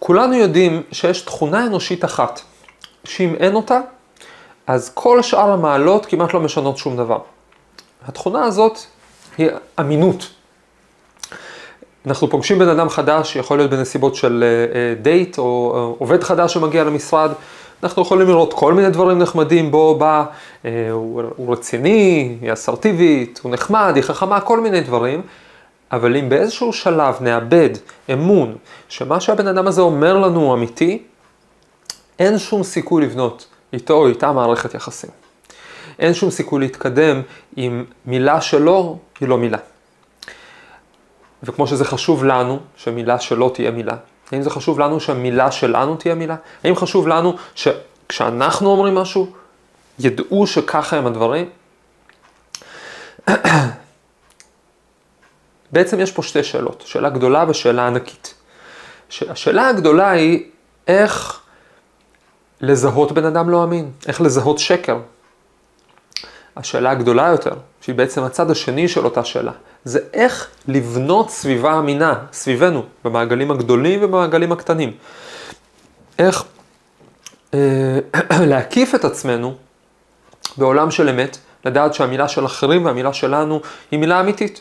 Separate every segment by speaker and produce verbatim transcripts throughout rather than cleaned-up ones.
Speaker 1: כולנו יודעים שיש תכונה אנושית אחת, שאם אין אותה, אז כל שאר המעלות כמעט לא משנות שום דבר. התכונה הזאת היא אמינות. אנחנו פוגשים בן אדם חדש, יכול להיות בנסיבות של דייט או עובד חדש שמגיע למשרד, אנחנו יכולים לראות כל מיני דברים נחמדים בו, בא, הוא, הוא רציני, היא אסרטיבית, הוא נחמד, היא חכמה, כל מיני דברים, אבל אם באיזשהו שלב נאבד אמון שמה שהבן אדם הזה אומר לנו הוא אמיתי, אין שום סיכוי לבנות איתו או איתה מערכת יחסים. אין שום סיכוי להתקדם אם מילה שלו היא לא מילה. וכמו שזה חשוב לנו שמילה שלו תהיה מילה, האם זה חשוב לנו שהמילה שלנו תהיה מילה? האם חשוב לנו שכשאנחנו אומרים משהו, ידעו שככה הם הדברים? בעצם יש פה שתי שאלות, שאלה גדולה ושאלה ענקית. השאלה הגדולה היא איך לזהות בן אדם לא אמין, איך לזהות שקר. השאלה הגדולה יותר, שהיא בעצם הצד השני של אותה שאלה, זה איך לבנות סביבה אמינה, סביבנו, במעגלים הגדולים ובמעגלים הקטנים. איך אה, להקיף את עצמנו בעולם של אמת, לדעת שהמילה של אחרים והמילה שלנו היא מילה אמיתית.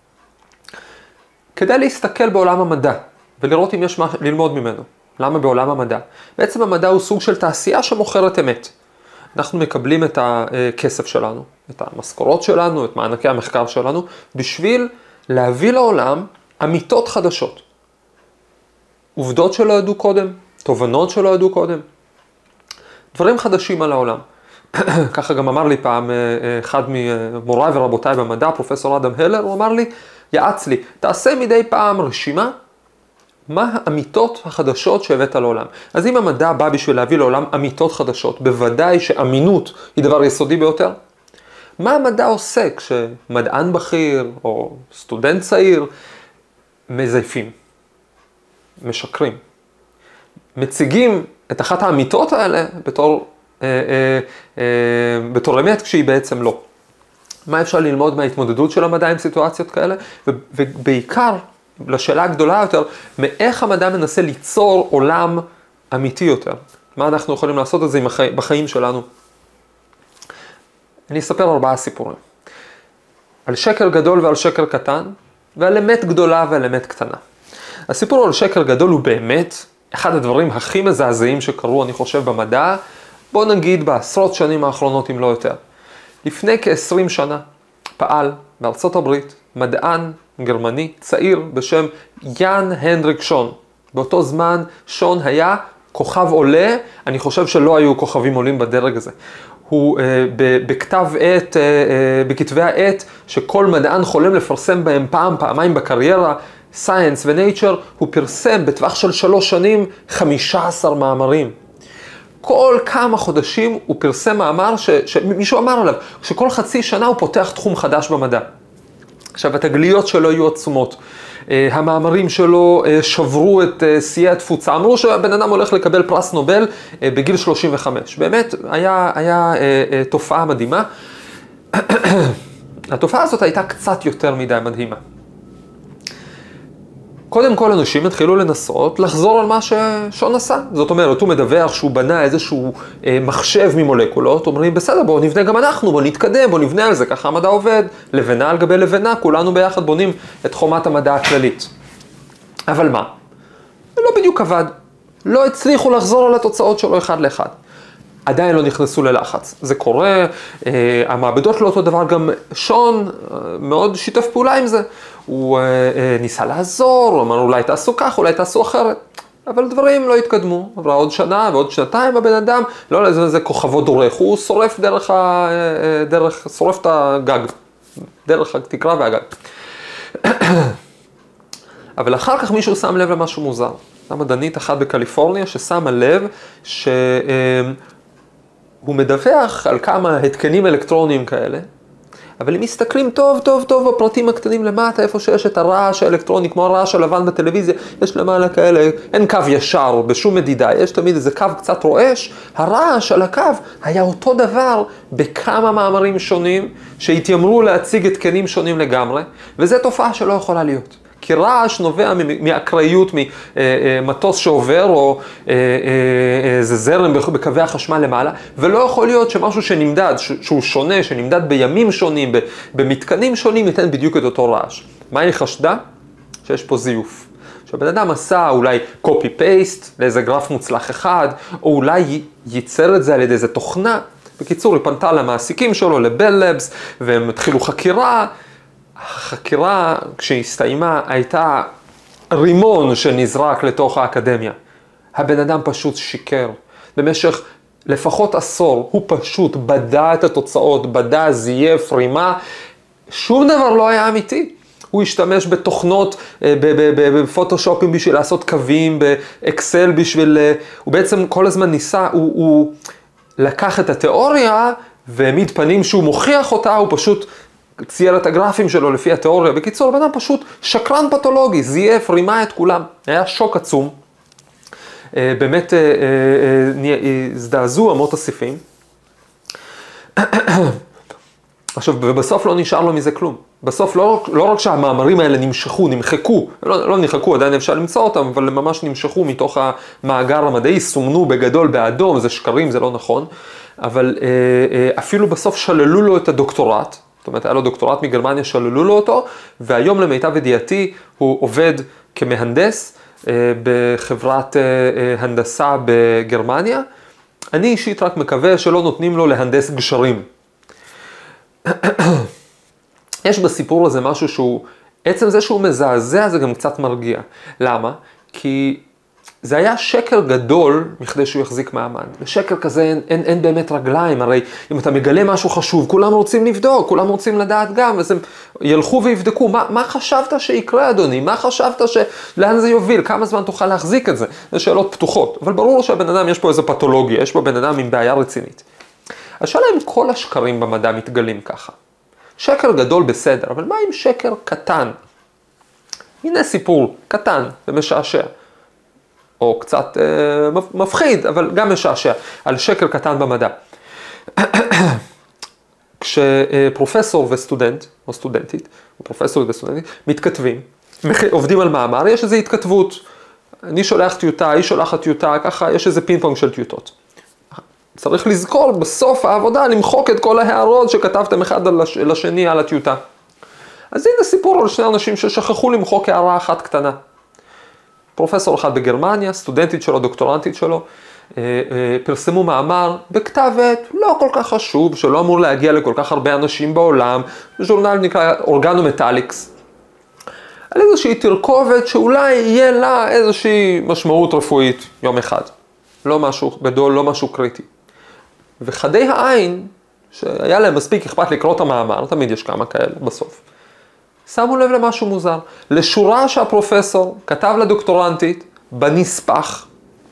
Speaker 1: כדי להסתכל בעולם המדע ולראות אם יש מה ללמוד ממנו. למה בעולם המדע? בעצם המדע הוא סוג של תעשייה שמוכרת אמת. אנחנו מקבלים את הכסף שלנו, את המשכורות שלנו, את מענקי המחקר שלנו, בשביל להביא לעולם אמיתות חדשות. עובדות שלא ידעו קודם, תובנות שלא ידעו קודם. דברים חדשים על העולם. ככה גם אמר לי פעם אחד ממוריי ורבותיי במדע, פרופסור אדם הלר, הוא אמר לי, יעץ לי, תעשה מדי פעם רשימה, מה האמיתות החדשות שהבאת לעולם. אז אם המדע בא בשביל להביא לעולם אמיתות חדשות, בוודאי שאמינות היא דבר יסודי ביותר. מה המדע עושה כשמדען בכיר או סטודנט צעיר מזייפים, משקרים, מציגים את אחת האמיתות האלה בתור, אה, אה, אה, בתור אמת כשהיא בעצם לא. מה אפשר ללמוד מההתמודדות של המדע עם סיטואציות כאלה? ובעיקר, לשאלה הגדולה יותר, מאיך המדע מנסה ליצור עולם אמיתי יותר. מה אנחנו יכולים לעשות את זה בחיים שלנו? אני אספר ארבעה סיפורים. על שקר גדול ועל שקר קטן, ועל אמת גדולה ועל אמת קטנה. הסיפור על שקר גדול הוא באמת אחד הדברים הכי מזעזעים שקרו, אני חושב, במדע, בוא נגיד בעשרות שנים האחרונות, אם לא יותר. לפני כ-עשרים שנה פעל בארצות הברית מדען גרמני צעיר בשם יאן הנדריק שון. באותו זמן שון היה כוכב עולה, אני חושב שלא היו כוכבים עולים בדרג הזה. הוא אה, בכתב עת, אה, אה, בכתבי העת שכל מדען חולם לפרסם בהם פעם, פעמיים בקריירה, Science ו-Nature, הוא פרסם בטווח של שלוש שנים חמישה עשר מאמרים. כל כמה חודשים הוא פרסם מאמר ש, שמישהו אמר עליו, שכל חצי שנה הוא פותח תחום חדש במדע. עכשיו, התגליות שלו היו עצומות. המאמרים שלו שברו את שיאי התפוצה. אמרו שהבן אדם הולך לקבל פרס נובל בגיל שלושים וחמש. באמת, היה, היה תופעה מדהימה. התופעה הזאת הייתה קצת יותר מדי מדהימה. קודם כל אנשים התחילו לנסות לחזור על מה ששון עשה. זאת אומרת, הוא מדווח שהוא בנה איזשהו אה, מחשב ממולקולות, אומרים, בסדר, בואו נבנה גם אנחנו, בואו נתקדם, בואו נבנה על זה, ככה המדע עובד, לבנה על גבי לבנה, כולנו ביחד בונים את חומת המדע הכללית. אבל מה? זה לא בדיוק עבד. לא הצליחו לחזור על התוצאות שלו אחד לאחד. עדיין לא נכנסו ללחץ. זה קורה, אה, המעבדות לא אותו דבר, גם שון אה, מאוד שיתף פעולה עם זה. הוא אה, אה, ניסה לעזור, הוא אמר אולי תעשו כך, אולי תעשו אחרת. אבל דברים לא התקדמו. עברה עוד שנה ועוד שנתיים הבן אדם, לא זה, זה כוכבו דורך, הוא שורף דרך, ה, אה, דרך, שורף את הגג, דרך התקרה והגג. אבל אחר כך מישהו שם לב למשהו מוזר. זו מדענית אחת בקליפורניה ששמה לב ש... אה, הוא מדווח על כמה התקנים אלקטרוניים כאלה, אבל אם מסתכלים טוב טוב טוב בפרטים הקטנים למטה, איפה שיש את הרעש האלקטרוני, כמו הרעש הלבן בטלוויזיה, יש למעלה כאלה, אין קו ישר בשום מדידה, יש תמיד איזה קו קצת רועש, הרעש על הקו היה אותו דבר בכמה מאמרים שונים, שהתיימרו להציג התקנים שונים לגמרי, וזו תופעה שלא יכולה להיות. כי רעש נובע מאקראיות, ממטוס שעובר, או איזה זרם בקווי החשמל למעלה, ולא יכול להיות שמשהו שנמדד, שהוא שונה, שנמדד בימים שונים, במתקנים שונים, ייתן בדיוק את אותו רעש. מה היא חשדה? שיש פה זיוף. שהבן אדם עשה אולי copy-paste לאיזה גרף מוצלח אחד, או אולי ייצר את זה על ידי איזה תוכנה. בקיצור, היא פנתה למעסיקים שלו, לבל לבס, והם התחילו חקירה. החקירה, כשהיא הסתיימה, הייתה רימון שנזרק לתוך האקדמיה. הבן אדם פשוט שיקר. במשך לפחות עשור, הוא פשוט בדע את התוצאות, בדע, זייף, רימה. שום דבר לא היה אמיתי. הוא השתמש בתוכנות, בפוטושופים בשביל לעשות קווים, באקסל בשביל... הוא בעצם כל הזמן ניסה, הוא, הוא לקח את התיאוריה והעמיד פנים שהוא מוכיח אותה, הוא פשוט צייר את הגרפים שלו לפי התיאוריה. בקיצור, הבן אדם פשוט שקרן פתולוגי, זייף, רימה את כולם. היה שוק עצום. באמת הזדעזעו אמות הסיפים. עכשיו, ובסוף לא נשאר לו מזה כלום. בסוף לא, לא רק שהמאמרים האלה נמשכו, נמחקו, לא, לא נמחקו, עדיין אפשר למצוא אותם, אבל ממש נמשכו מתוך המאגר המדעי, סומנו בגדול באדום, זה שקרים, זה לא נכון, אבל אה, אה, אפילו בסוף שללו לו את הדוקטורט, זאת אומרת, היה לו דוקטורט מגרמניה, שללו לו אותו, והיום למיטב ידיעתי הוא עובד כמהנדס אה, בחברת אה, אה, הנדסה בגרמניה. אני אישית רק מקווה שלא נותנים לו להנדס גשרים. יש בסיפור הזה משהו שהוא, עצם זה שהוא מזעזע זה גם קצת מרגיע. למה? כי זה היה שקר גדול מכדי שהוא יחזיק מעמד. לשקר כזה אין, אין, אין באמת רגליים, הרי אם אתה מגלה משהו חשוב, כולם רוצים לבדוק, כולם רוצים לדעת גם, אז הם ילכו ויבדקו, מה, מה חשבת שיקרה אדוני? מה חשבת ש... לאן זה יוביל? כמה זמן תוכל להחזיק את זה? זה שאלות פתוחות, אבל ברור שהבן אדם יש פה איזו פתולוגיה, יש פה בן אדם עם בעיה רצינית. השאלה אם כל השקרים במדע מתגלים ככה. שקר גדול בסדר, אבל מה עם שקר קטן? הנה סיפור קטן ומשעשע, או קצת אה, מפחיד, אבל גם משעשע, על שקר קטן במדע. כשפרופסור וסטודנט, או סטודנטית, או פרופסור וסטודנטית, מתכתבים, עובדים על מאמר, יש איזו התכתבות. אני שולח טיוטה, היא שולחת טיוטה, ככה יש איזה פינג-פונג של טיוטות. צריך לזכור בסוף העבודה למחוק את כל ההערות שכתבתם אחד לשני על הטיוטה. אז הנה סיפור על שני אנשים ששכחו למחוק הערה אחת קטנה. פרופסור אחד בגרמניה, סטודנטית שלו, דוקטורנטית שלו, פרסמו מאמר בכתב עת לא כל כך חשוב, שלא אמור להגיע לכל כך הרבה אנשים בעולם, ז'ורנל נקרא אורגנומטליקס. על איזושהי תרכובת שאולי יהיה לה איזושהי משמעות רפואית יום אחד. לא משהו גדול, לא משהו קריטי. וחדי העין, שהיה להם מספיק אכפת לקרוא את המאמר, תמיד יש כמה כאלה בסוף, שמו לב למשהו מוזר. לשורה שהפרופסור כתב לדוקטורנטית בנספח,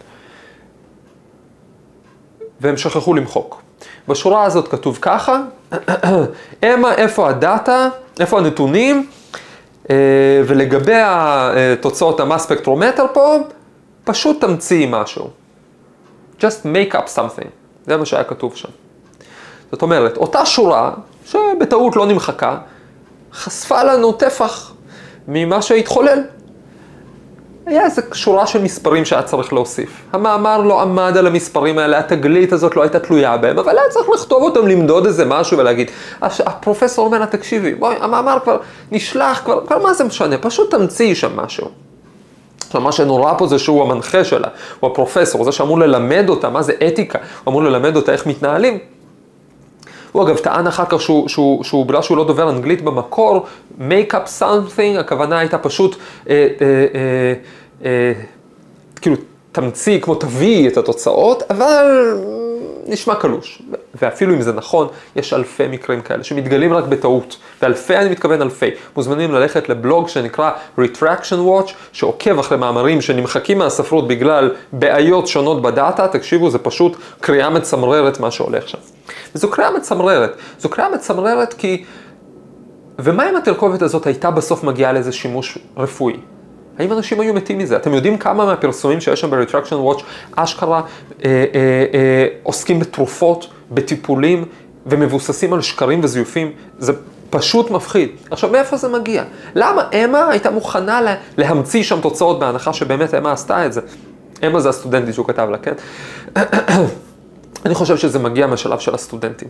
Speaker 1: והם שכחו למחוק. בשורה הזאת כתוב ככה, אמה, איפה הדאטה, איפה הנתונים, ולגבי התוצאות המס ספקטרומטר פה, פשוט תמציא משהו. Just make up something. זה מה שהיה כתוב שם. זאת אומרת, אותה שורה, שבטעות לא נמחקה, חשפה לנו טפח ממה שהתחולל. היה איזו שורה של מספרים שהיה צריך להוסיף. המאמר לא עמד על המספרים האלה, התגלית הזאת לא הייתה תלויה בהם, אבל היה צריך לכתוב אותם, למדוד איזה משהו ולהגיד, הפרופסור אומר, תקשיבי, בואי, המאמר כבר נשלח, כבר, כבר מה זה משנה? פשוט תמציא שם משהו. עכשיו, מה שנורא פה זה שהוא המנחה שלה, הוא הפרופסור, זה שאמור ללמד אותה, מה זה אתיקה, הוא אמור ללמד אותה איך מתנהלים. הוא אגב טען אחר כך שהוא, שהוא, שהוא בגלל שהוא לא דובר אנגלית במקור, make up something, הכוונה הייתה פשוט, אה, אה, אה, אה, כאילו תמציא כמו תביא את התוצאות, אבל נשמע קלוש. ואפילו אם זה נכון, יש אלפי מקרים כאלה שמתגלים רק בטעות, ואלפי, אני מתכוון אלפי, מוזמנים ללכת לבלוג שנקרא Retraction Watch, שעוקב אחרי מאמרים שנמחקים מהספרות בגלל בעיות שונות בדאטה, תקשיבו, זה פשוט קריאה מצמררת מה שהולך שם. וזו קריאה מצמררת, זו קריאה מצמררת כי, ומה אם התרכובת הזאת הייתה בסוף מגיעה לאיזה שימוש רפואי? האם אנשים היו מתים מזה? אתם יודעים כמה מהפרסומים שיש שם ב-Retraction Watch, אשכרה אה, אה, אה, עוסקים בתרופות, בטיפולים, ומבוססים על שקרים וזיופים? זה פשוט מפחיד. עכשיו, מאיפה זה מגיע? למה אמה הייתה מוכנה לה, להמציא שם תוצאות בהנחה שבאמת אמה עשתה את זה? אמה זה הסטודנטית שהוא כתב לה, כן? אני חושב שזה מגיע מהשלב של הסטודנטים.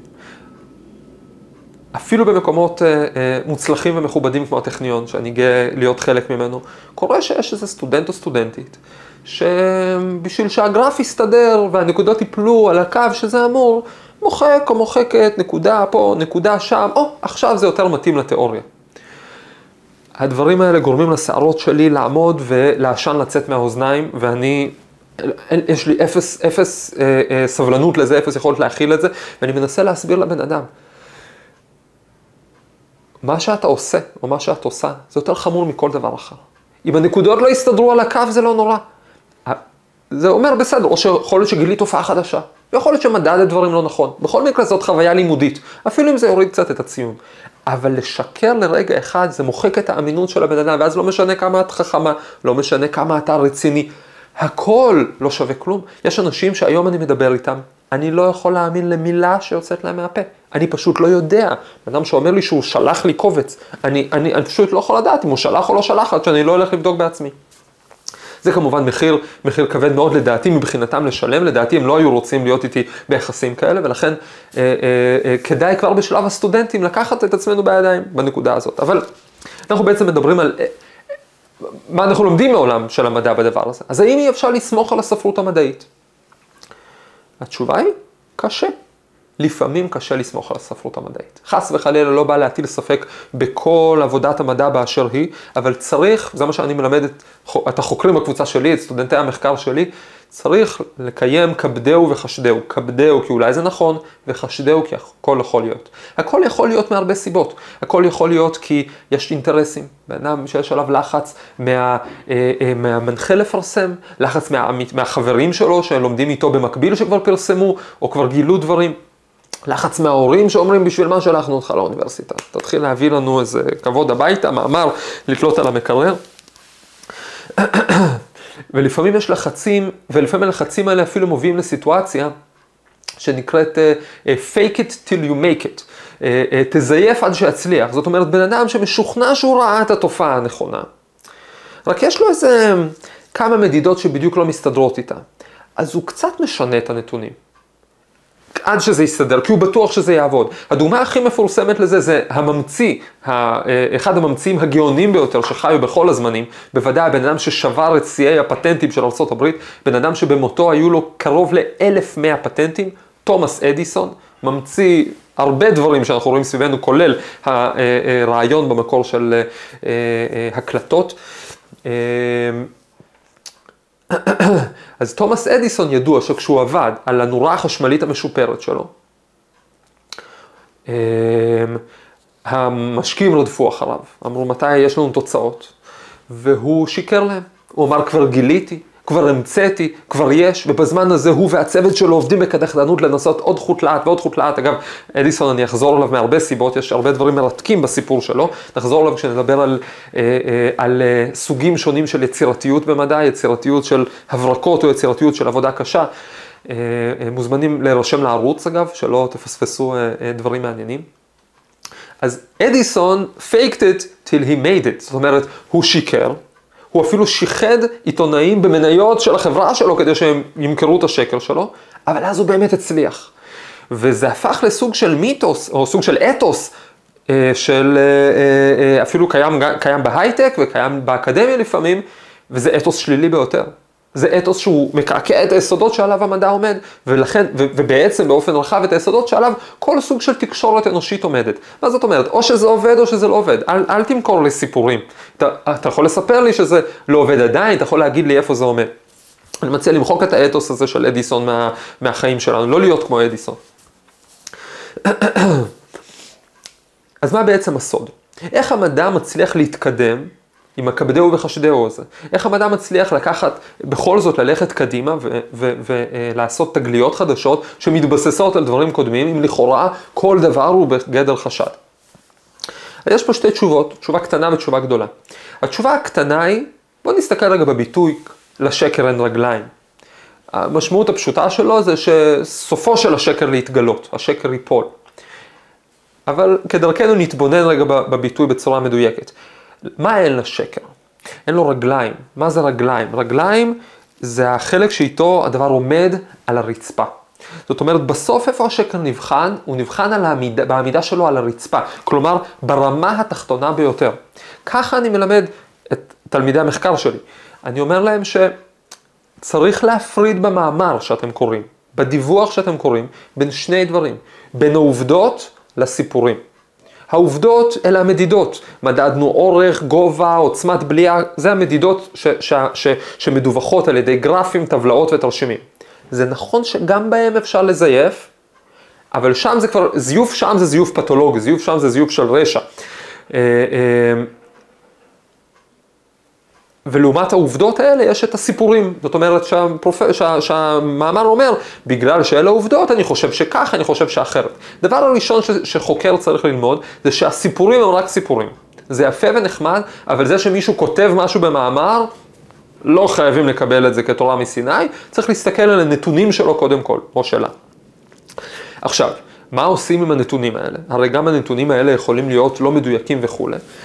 Speaker 1: אפילו במקומות אה, אה, מוצלחים ומכובדים כמו הטכניון, שאני גאה להיות חלק ממנו, קורה שיש איזה סטודנט או סטודנטית, שבשביל שהגרף יסתדר והנקודות ייפלו על הקו שזה אמור, מוחק או מוחקת, נקודה פה, נקודה שם, או, עכשיו זה יותר מתאים לתיאוריה. הדברים האלה גורמים לשערות שלי לעמוד ולעשן לצאת מהאוזניים, ואני, יש לי אפס, אפס אה, אה, סבלנות לזה, אפס יכולת להכיל את זה, ואני מנסה להסביר לבן אדם. מה שאתה עושה, או מה שאת עושה, זה יותר חמור מכל דבר אחר. אם הנקודות לא יסתדרו על הקו, זה לא נורא. זה אומר בסדר, או שיכול להיות שגילי תופעה חדשה, ויכול להיות שמדד דברים לא נכון. בכל מקרה זאת חוויה לימודית, אפילו אם זה יוריד קצת את הציון. אבל לשקר לרגע אחד, זה מוחק את האמינות של הבן אדם, ואז לא משנה כמה את חכמה, לא משנה כמה אתה רציני. הכל לא שווה כלום. יש אנשים שהיום אני מדבר איתם, אני לא יכול להאמין למילה שיוצאת להם מהפה. אני פשוט לא יודע. אדם שאומר לי שהוא שלח לי קובץ, אני, אני, אני פשוט לא יכול לדעת אם הוא שלח או לא שלח, עד שאני לא הולך לבדוק בעצמי. זה כמובן מחיר, מחיר כבד מאוד לדעתי מבחינתם לשלם, לדעתי הם לא היו רוצים להיות איתי ביחסים כאלה, ולכן אה, אה, אה, כדאי כבר בשלב הסטודנטים לקחת את עצמנו בידיים בנקודה הזאת. אבל אנחנו בעצם מדברים על אה, מה אנחנו לומדים מעולם של המדע בדבר הזה. אז האם אי אפשר לסמוך על הספרות המדעית? התשובה היא, קשה. לפעמים קשה לסמוך על הספרות המדעית. חס וחלילה לא בא להטיל ספק בכל עבודת המדע באשר היא, אבל צריך, זה מה שאני מלמד את, את החוקרים בקבוצה שלי, את סטודנטי המחקר שלי, צריך לקיים כבדהו וחשדהו. כבדהו כי אולי זה נכון, וחשדהו כי הכל יכול להיות. הכל יכול להיות מהרבה סיבות. הכל יכול להיות כי יש אינטרסים. באדם שיש עליו לחץ מה, מהמנחה לפרסם, לחץ מה, מהחברים שלו שלומדים איתו במקביל שכבר פרסמו, או כבר גילו דברים. לחץ מההורים שאומרים בשביל מה שלחנו אותך לאוניברסיטה. תתחיל להביא לנו איזה כבוד הביתה, מאמר, לתלות על המקרר. ולפעמים יש לחצים, ולפעמים הלחצים האלה אפילו מובילים לסיטואציה שנקראת uh, fake it till you make it. Uh, uh, תזייף עד שיצליח. זאת אומרת, בן אדם שמשוכנע שהוא ראה את התופעה הנכונה. רק יש לו איזה כמה מדידות שבדיוק לא מסתדרות איתה. אז הוא קצת משנה את הנתונים. עד שזה יסתדר, כי הוא בטוח שזה יעבוד. הדוגמה הכי מפורסמת לזה זה הממציא, אחד הממציאים הגאונים ביותר שחיו בכל הזמנים, בוודאי הבן אדם ששבר את שיאי הפטנטים של ארצות הברית, בן אדם שבמותו היו לו קרוב ל-אלף ומאה פטנטים, תומאס אדיסון, ממציא הרבה דברים שאנחנו רואים סביבנו, כולל הרעיון במקור של הקלטות. אז תומאס אדיסון ידוע שכשהוא עבד על הנורה החשמלית המשופרת שלו, המשקיעים רדפו אחריו, אמרו מתי יש לנו תוצאות, והוא שיקר להם, הוא אמר כבר גיליתי, כבר המצאתי, כבר יש, ובזמן הזה הוא והצוות שלו עובדים בקדחתנות לנסות עוד חוט לאט ועוד חוט לאט. אגב, אדיסון אני אחזור עליו מהרבה סיבות, יש הרבה דברים מרתקים בסיפור שלו, נחזור עליו כשנדבר על, על סוגים שונים של יצירתיות במדע, יצירתיות של הברקות או יצירתיות של עבודה קשה. מוזמנים להירשם לערוץ אגב, שלא תפספסו דברים מעניינים. אז אדיסון faked it till he made it, זאת אומרת, הוא שיקר, הוא אפילו שיחד עיתונאים במניות של החברה שלו כדי שהם ימכרו את השקר שלו, אבל אז הוא באמת הצליח. וזה הפך לסוג של מיתוס, או סוג של אתוס, של אפילו קיים, קיים בהייטק וקיים באקדמיה לפעמים, וזה אתוס שלילי ביותר. זה אתוס שהוא מקעקע את היסודות שעליו המדע עומד, ולכן, ו, ובעצם באופן רחב את היסודות שעליו כל סוג של תקשורת אנושית עומדת. מה זאת אומרת? או שזה עובד או שזה לא עובד. אל, אל תמכור לי סיפורים. אתה, אתה יכול לספר לי שזה לא עובד עדיין, אתה יכול להגיד לי איפה זה עומד. אני מציע למחוק את האתוס הזה של אדיסון מה, מהחיים שלנו, לא להיות כמו אדיסון. אז מה בעצם הסוד? איך המדע מצליח להתקדם עם הכבדהו וחשדהו הזה? איך המדע מצליח לקחת, בכל זאת ללכת קדימה ולעשות תגליות חדשות שמתבססות על דברים קודמים, אם לכאורה כל דבר הוא בגדר חשד? יש פה שתי תשובות, תשובה קטנה ותשובה גדולה. התשובה הקטנה היא, בוא נסתכל רגע בביטוי, לשקר אין רגליים. המשמעות הפשוטה שלו זה שסופו של השקר להתגלות, השקר ייפול. אבל כדרכנו נתבונן רגע בביטוי בצורה מדויקת. מה אין לשקר? אין לו רגליים. מה זה רגליים? רגליים זה החלק שאיתו הדבר עומד על הרצפה. זאת אומרת, בסוף איפה השקר נבחן? הוא נבחן על העמידה, בעמידה שלו על הרצפה. כלומר, ברמה התחתונה ביותר. ככה אני מלמד את תלמידי המחקר שלי. אני אומר להם שצריך להפריד במאמר שאתם קוראים, בדיווח שאתם קוראים, בין שני דברים. בין העובדות לסיפורים. העובדות אלה המדידות. מדדנו אורך, גובה, עוצמת בליעה, זה המדידות ש- ש- ש- שמדווחות על ידי גרפים, טבלאות ותרשימים. זה נכון שגם בהם אפשר לזייף, אבל שם זה כבר, זיוף שם זה זיוף פתולוגי, זיוף שם זה זיוף של רשע. ולעומת העובדות האלה יש את הסיפורים. זאת אומרת שהפרופ... שה... שהמאמר אומר, בגלל שאלה העובדות אני חושב שכך, אני חושב שאחרת. דבר הראשון ש... שחוקר צריך ללמוד, זה שהסיפורים הם רק סיפורים. זה יפה ונחמד, אבל זה שמישהו כותב משהו במאמר, לא חייבים לקבל את זה כתורה מסיני, צריך להסתכל על הנתונים שלו קודם כל, או שלה. עכשיו, מה עושים עם הנתונים האלה? הרי גם הנתונים האלה יכולים להיות לא מדויקים וכו'.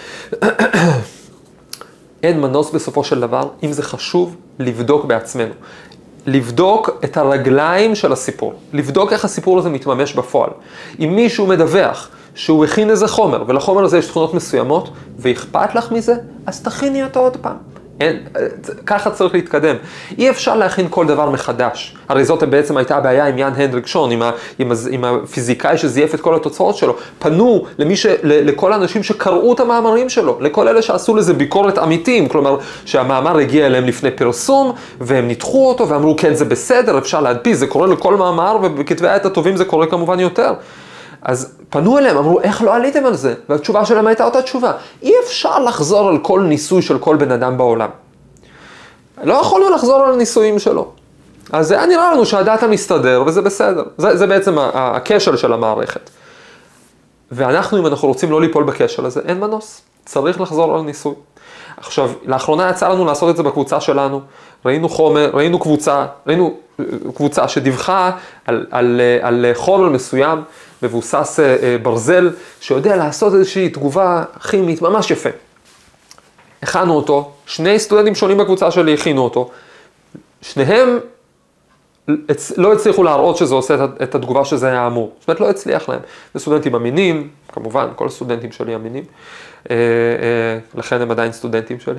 Speaker 1: אין מנוס בסופו של דבר, אם זה חשוב, לבדוק בעצמנו. לבדוק את הרגליים של הסיפור. לבדוק איך הסיפור הזה מתממש בפועל. אם מישהו מדווח שהוא הכין איזה חומר, ולחומר הזה יש תכונות מסוימות, ואכפת לך מזה, אז תכיני אותו עוד פעם. אין, ככה צריך להתקדם. אי אפשר להכין כל דבר מחדש. הרי זאת בעצם הייתה הבעיה עם יאן הנדריק שון, עם, ה, עם, ה, עם הפיזיקאי שזייף את כל התוצאות שלו. פנו למי ש, ל, לכל האנשים שקראו את המאמרים שלו, לכל אלה שעשו לזה ביקורת אמיתיים, כלומר שהמאמר הגיע אליהם לפני פרסום, והם ניתחו אותו ואמרו כן זה בסדר, אפשר להדפיס, זה קורה לכל מאמר, ובכתבי העת הטובים זה קורה כמובן יותר. אז פנו אליהם, אמרו, איך לא עליתם על זה? והתשובה שלהם הייתה אותה תשובה. אי אפשר לחזור על כל ניסוי של כל בן אדם בעולם. לא יכולנו לחזור על הניסויים שלו. אז זה היה נראה לנו שהדאטה מסתדר, וזה בסדר. זה, זה בעצם הכשל של המערכת. ואנחנו, אם אנחנו רוצים לא ליפול בכשל הזה, אין מנוס. צריך לחזור על ניסוי. עכשיו, לאחרונה יצא לנו לעשות את זה בקבוצה שלנו. ראינו חומר, ראינו קבוצה, ראינו קבוצה שדיווחה על, על, על חומר מסוים, מבוסס ברזל, שיודע לעשות איזושהי תגובה כימית ממש יפה. הכנו אותו, שני סטודנטים שונים בקבוצה שלי הכינו אותו, שניהם לא הצליחו להראות שזה עושה את התגובה שזה היה אמור. זאת אומרת, לא הצליח להם. זה סטודנטים אמינים, כמובן, כל הסטודנטים שלי אמינים, לכן הם עדיין סטודנטים שלי.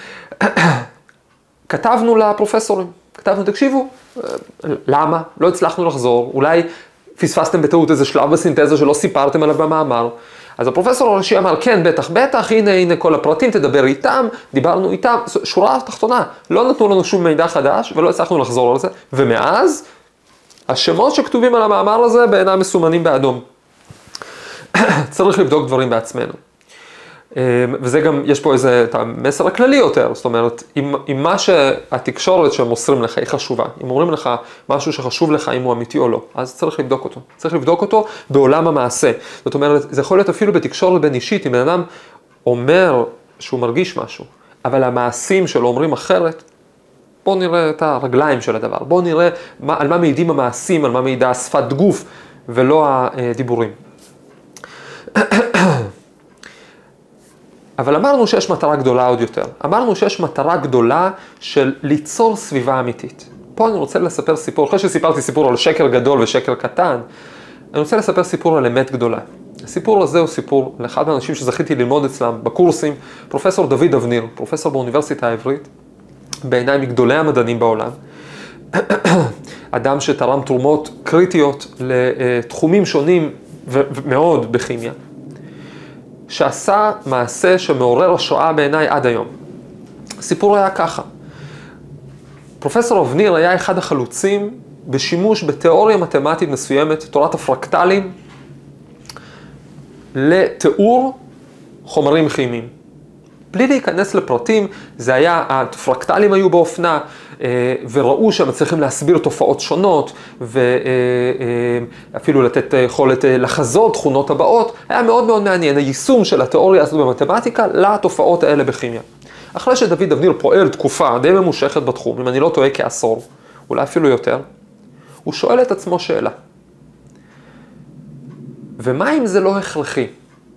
Speaker 1: כתבנו לפרופסורים, כתבנו, תקשיבו, למה? לא הצלחנו לחזור, אולי פספסתם בטעות איזה שלב בסינתזה שלא סיפרתם עליו במאמר. אז הפרופסור הראשי אמר, כן, בטח, בטח, הנה, הנה כל הפרטים, תדבר איתם, דיברנו איתם, שורה תחתונה, לא נתנו לנו שום מידע חדש ולא הצלחנו לחזור על זה, ומאז, השמות שכתובים על המאמר הזה בעיניי מסומנים באדום. צריך לבדוק דברים בעצמנו. וזה גם, יש פה איזה את המסר הכללי יותר, זאת אומרת, אם, אם מה שהתקשורת שהם מוסרים לך היא חשובה, אם אומרים לך משהו שחשוב לך, אם הוא אמיתי או לא, אז צריך לבדוק אותו. צריך לבדוק אותו בעולם המעשה. זאת אומרת, זה יכול להיות אפילו בתקשורת בין אישית, אם בן אדם אומר שהוא מרגיש משהו, אבל המעשים שלו אומרים אחרת, בואו נראה את הרגליים של הדבר, בואו נראה מה, על מה מעידים המעשים, על מה מעידה שפת גוף, ולא הדיבורים. אבל אמרנו שיש מטרה גדולה עוד יותר. אמרנו שיש מטרה גדולה של ליצור סביבה אמיתית. פה אני רוצה לספר סיפור, אחרי שסיפרתי סיפור על שקר גדול ושקר קטן, אני רוצה לספר סיפור על אמת גדולה. הסיפור הזה הוא סיפור לאחד מהאנשים שזכיתי ללמוד אצלם בקורסים, פרופסור דוד אבניר, פרופסור באוניברסיטה העברית, בעיניי מגדולי המדענים בעולם, אדם שתרם תרומות קריטיות לתחומים שונים ומאוד בכימיה. שעשה מעשה שמעורר השראה בעיניי עד היום. הסיפור היה ככה. פרופסור אבניר היה אחד החלוצים בשימוש בתיאוריה מתמטית מסוימת, תורת הפרקטלים, לתיאור חומרים כימיים. בלי להיכנס לפרטים, זה היה, הפרקטלים היו באופנה, וראו שהם צריכים להסביר תופעות שונות, ואפילו לתת יכולת לחזות תכונות הבאות, היה מאוד מאוד מעניין, היישום של התיאוריה הזאת במתמטיקה לתופעות האלה בכימיה. אחרי שדוד אבניר פועל תקופה די ממושכת בתחום, אם אני לא טועה כעשור, אולי אפילו יותר, הוא שואל את עצמו שאלה. ומה אם זה לא הכרחי?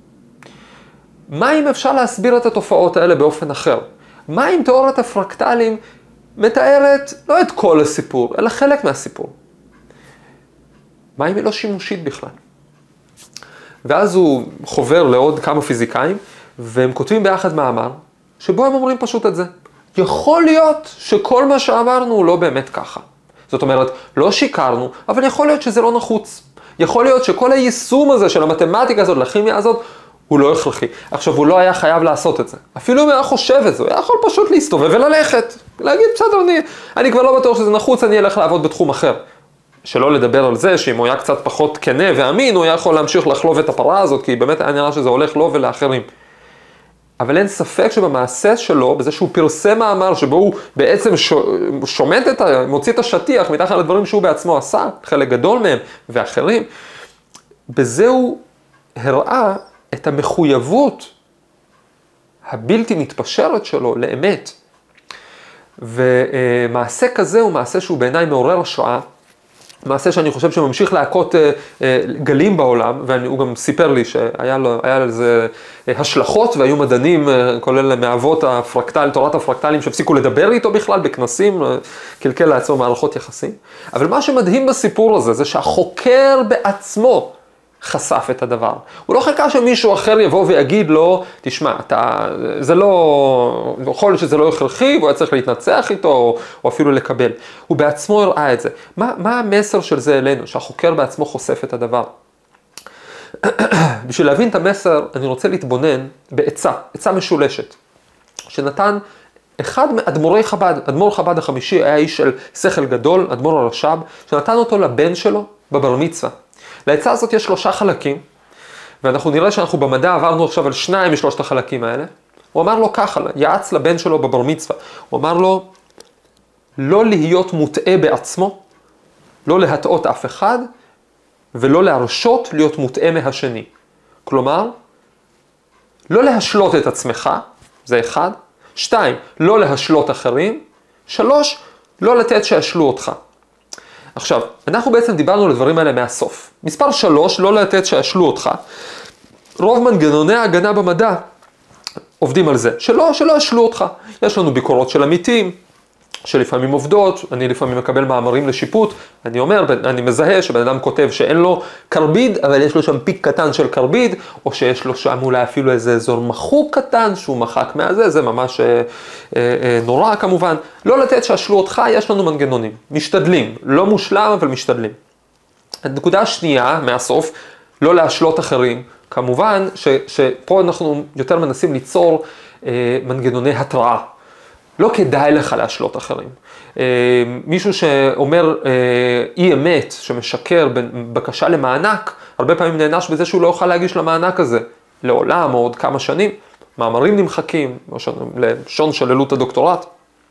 Speaker 1: מה אם אפשר להסביר את התופעות האלה באופן אחר? מה אם תיאוריית הפרקטלים מתארת לא את כל הסיפור, אלא חלק מהסיפור? מה אם היא לא שימושית בכלל? ואז הוא חובר לעוד כמה פיזיקאים, והם כותבים ביחד מאמר, שבו הם אומרים פשוט את זה. יכול להיות שכל מה שאמרנו הוא לא באמת ככה. זאת אומרת, לא שיקרנו, אבל יכול להיות שזה לא נחוץ. יכול להיות שכל היישום הזה של המתמטיקה הזאת, לכימיה הזאת, הוא לא הכרחי. עכשיו, הוא לא היה חייב לעשות את זה. אפילו אם היה חושב את זה, הוא היה יכול פשוט להסתובב וללכת. להגיד, בסדר, אני, אני כבר לא בטוח שזה נחוץ, אני אלך לעבוד בתחום אחר. שלא לדבר על זה, שאם הוא היה קצת פחות כנה ואמין, הוא היה יכול להמשיך לחלוב את הפרה הזאת, כי באמת היה נראה שזה הולך לו ולאחרים. אבל אין ספק שבמעשה שלו, בזה שהוא פרסם מאמר, שבו הוא בעצם שומט את ה... מוציא את השטיח מתחת לדברים שהוא בעצמו עשה, חלק גדול מהם ואחרים, בזה הוא הראה את המחויבות הבלתי מתפשרת שלו לאמת. ומעשה כזה הוא מעשה שהוא בעיניי מעורר השראה, מעשה שאני חושב שממשיך להכות גלים בעולם, והוא גם סיפר לי שהיה לו, היה לזה השלכות, והיו מדענים, כולל מאבות הפרקטל, תורת הפרקטלים, שהפסיקו לדבר איתו בכלל בכנסים, קלקל לעצמו מערכות יחסים. אבל מה שמדהים בסיפור הזה, זה שהחוקר בעצמו חשף את הדבר. הוא לא חיכה שמישהו אחר יבוא ויגיד לו, תשמע, אתה, זה לא, יכול להיות שזה לא הכרחי, והוא היה צריך להתנצח איתו, או, או אפילו לקבל. הוא בעצמו הראה את זה. מה, מה המסר של זה אלינו? שהחוקר בעצמו חושף את הדבר. בשביל להבין את המסר, אני רוצה להתבונן בעצה, עצה משולשת, שנתן אחד מאדמו"רי חב"ד, אדמו"ר חב"ד החמישי, היה איש של שכל גדול, אדמו"ר הרש"ב, שנתן אותו לבן שלו בבר מצווה. לעצה הזאת יש שלושה חלקים, ואנחנו נראה שאנחנו במדע עברנו עכשיו על שניים משלושת החלקים האלה. הוא אמר לו ככה, יעץ לבן שלו בבר מצווה, הוא אמר לו, לא להיות מוטעה בעצמו, לא להטעות אף אחד, ולא להרשות להיות מוטעה מהשני. כלומר, לא להשלות את עצמך, זה אחד. שתיים, לא להשלות אחרים. שלוש, לא לתת שישלו אותך. עכשיו, אנחנו בעצם דיברנו על הדברים האלה מהסוף. מספר שלוש, לא לתת שישלו אותך. רוב מנגנוני ההגנה במדע עובדים על זה. שלא, שלא ישלו אותך. יש לנו ביקורות של עמיתים, שלפעמים עובדות, אני לפעמים מקבל מאמרים לשיפוט, אני אומר, אני מזהה שבן אדם כותב שאין לו קרביד, אבל יש לו שם פיק קטן של קרביד, או שיש לו שם אולי אפילו איזה אזור מחוק קטן שהוא מחק מהזה, זה ממש אה, אה, נורא כמובן. לא לתת שישלו אותך, יש לנו מנגנונים, משתדלים, לא מושלם אבל משתדלים. הנקודה השנייה מהסוף, לא להשלות אחרים, כמובן ש, שפה אנחנו יותר מנסים ליצור אה, מנגנוני התראה. לא כדאי לך להשלות אחרים. מישהו שאומר אי אמת, שמשקר בבקשה למענק, הרבה פעמים נענש בזה שהוא לא יוכל להגיש למענק הזה, לעולם או עוד כמה שנים. מאמרים נמחקים, לשון שללות הדוקטורט.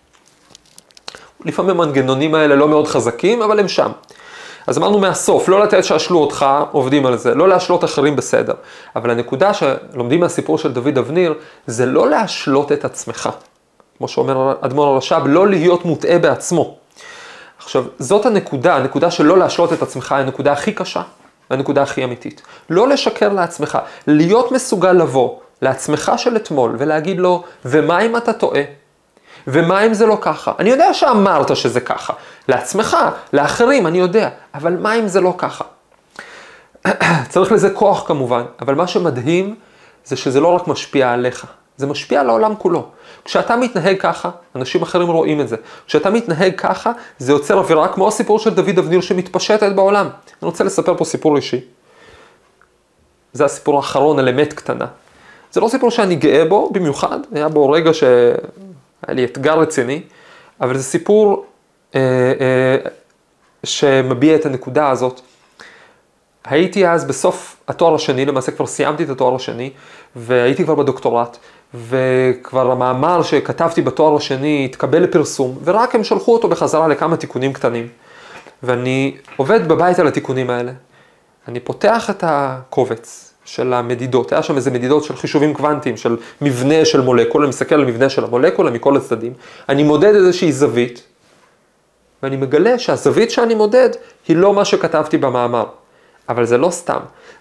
Speaker 1: לפעמים המנגנונים האלה לא מאוד חזקים, אבל הם שם. אז אמרנו מהסוף, לא לתת שישלו אותך, עובדים על זה, לא להשלות אחרים בסדר. אבל הנקודה שלומדים מהסיפור של דוד אבניר, זה לא להשלות את עצמך. כמו שאומר אדמו"ר הרש"ב, לא להיות מוטעה בעצמו. עכשיו, זאת הנקודה, הנקודה של לא להשלות את עצמך, הנקודה הכי קשה, והנקודה הכי אמיתית. לא לשקר לעצמך, להיות מסוגל לבוא לעצמך של אתמול, ולהגיד לו, ומה אם אתה טועה? ומה אם זה לא ככה? אני יודע שאמרת שזה ככה. לעצמך, לאחרים, אני יודע, אבל מה אם זה לא ככה? צריך לזה כוח כמובן, אבל מה שמדהים, זה שזה לא רק משפיע עליך, זה משפיע על העולם כולו. כשאתה מתנהג ככה, אנשים אחרים רואים את זה. כשאתה מתנהג ככה, זה יוצר אווירה כמו הסיפור של דוד אבניר שמתפשטת בעולם. אני רוצה לספר פה סיפור אישי. זה הסיפור האחרון על אמת קטנה. זה לא סיפור שאני גאה בו במיוחד, היה בו רגע שהיה לי אתגר רציני, אבל זה סיפור אה, אה, שמביע את הנקודה הזאת. הייתי אז בסוף התואר השני, למעשה כבר סיימתי את התואר השני, והייתי כבר בדוקטורט, וכבר המאמר שכתבתי בתואר השני התקבל לפרסום, ורק הם שלחו אותו בחזרה לכמה תיקונים קטנים. ואני עובד בבית על התיקונים האלה. אני פותח את הקובץ של המדידות, היה שם איזה מדידות של חישובים קוונטיים, של מבנה של מולקולה, אני מסתכל על מבנה של המולקולה מכל הצדדים, אני מודד איזושהי זווית, ואני מגלה שהזווית שאני מודד היא לא מה שכתבתי במאמר. אבל זה לא סתם.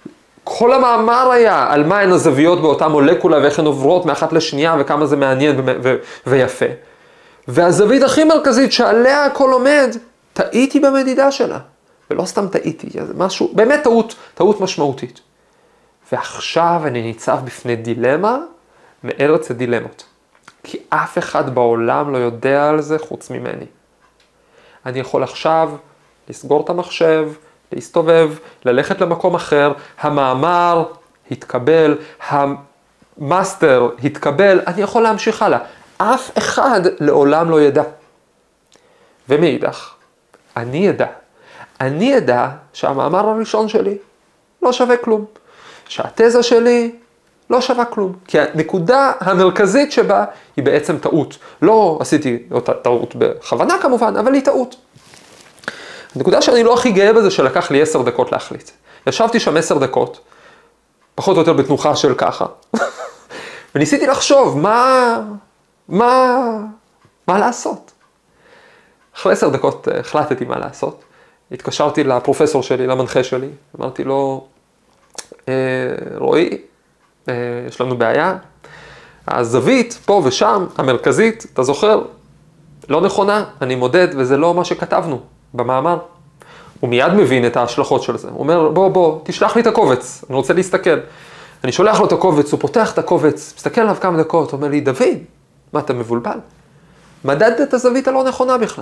Speaker 1: כל המאמר היה על מה הן הזוויות באותה מולקולה ואיך הן עוברות מאחת לשנייה וכמה זה מעניין ו- ו- ויפה. והזווית הכי מרכזית שעליה הכל עומד, טעיתי במדידה שלה. ולא סתם טעיתי, זה משהו, באמת טעות, טעות משמעותית. ועכשיו אני ניצב בפני דילמה מארץ הדילמות. כי אף אחד בעולם לא יודע על זה חוץ ממני. אני יכול עכשיו לסגור את המחשב, להסתובב, ללכת למקום אחר, המאמר התקבל, המאסטר התקבל, אני יכול להמשיך הלאה. אף אחד לעולם לא ידע. ומאידך, אני ידע. אני ידע שהמאמר הראשון שלי לא שווה כלום. שהתזה שלי לא שווה כלום. כי הנקודה המרכזית שבה היא בעצם טעות. לא עשיתי אותה טעות בכוונה כמובן, אבל היא טעות. הנקודה שאני לא הכי גאה בזה שלקח לי עשר דקות להחליט. ישבתי שם עשר דקות, פחות או יותר בתנוחה של ככה, וניסיתי לחשוב מה, מה, מה לעשות. אחרי עשר דקות החלטתי מה לעשות. התקשרתי לפרופסור שלי, למנחה שלי, אמרתי לו, אה, רועי, אה, יש לנו בעיה. הזווית פה ושם, המרכזית, אתה זוכר, לא נכונה, אני מודד, וזה לא מה שכתבנו במאמר. הוא מיד מבין את ההשלכות של זה. הוא אומר, בוא, בוא, תשלח לי את הקובץ, אני רוצה להסתכל. אני שולח לו את הקובץ, הוא פותח את הקובץ, מסתכל עליו כמה דקות, הוא אומר לי, דוד, מה, אתה מבולבל? מדדת את הזווית הלא נכונה בכלל.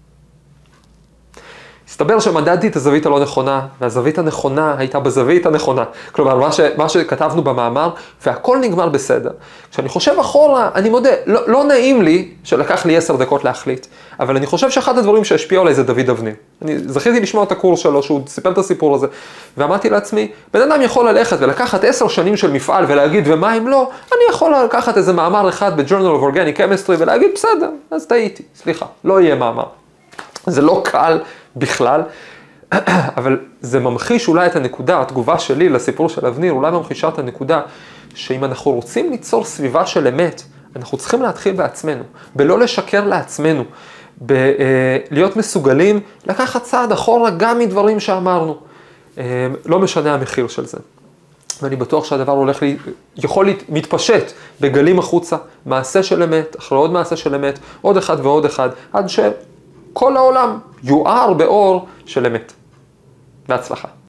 Speaker 1: הסתבר שמדדתי את הזווית הלא נכונה, והזווית הנכונה הייתה בזווית הנכונה. כלומר, מה, ש, מה שכתבנו במאמר, והכל נגמר בסדר. כשאני חושב אחורה, אני מודה, לא, לא נעים לי שלקח לי עשר דקות להחליט, אבל אני חושב שאחד הדברים שהשפיעו עליי זה דוד אבנין. אני זכיתי לשמוע את הקורס שלו, שהוא סיפר את הסיפור הזה, ואמרתי לעצמי, בן אדם יכול ללכת ולקחת עשר שנים של מפעל ולהגיד, ומה אם לא, אני יכול לקחת איזה מאמר אחד ב-Journal of Organic Chemistry ולהגיד, בסדר, אז טעיתי, סליחה, לא יהיה מאמר. זה לא קל בכלל, אבל זה ממחיש אולי את הנקודה, התגובה שלי לסיפור של אבניר, אולי ממחישה את הנקודה, שאם אנחנו רוצים ליצור סביבה של אמת, אנחנו צריכים להתחיל בעצמנו, בלא לשקר לעצמנו, להיות מסוגלים לקחת צעד אחורה גם מדברים שאמרנו. לא משנה המחיר של זה. ואני בטוח שהדבר הולך לי, יכול להתפשט בגלים החוצה, מעשה של אמת, אחרי עוד מעשה של אמת, עוד אחד ועוד אחד, עד ש... כל העולם יואר באור של אמת. בהצלחה.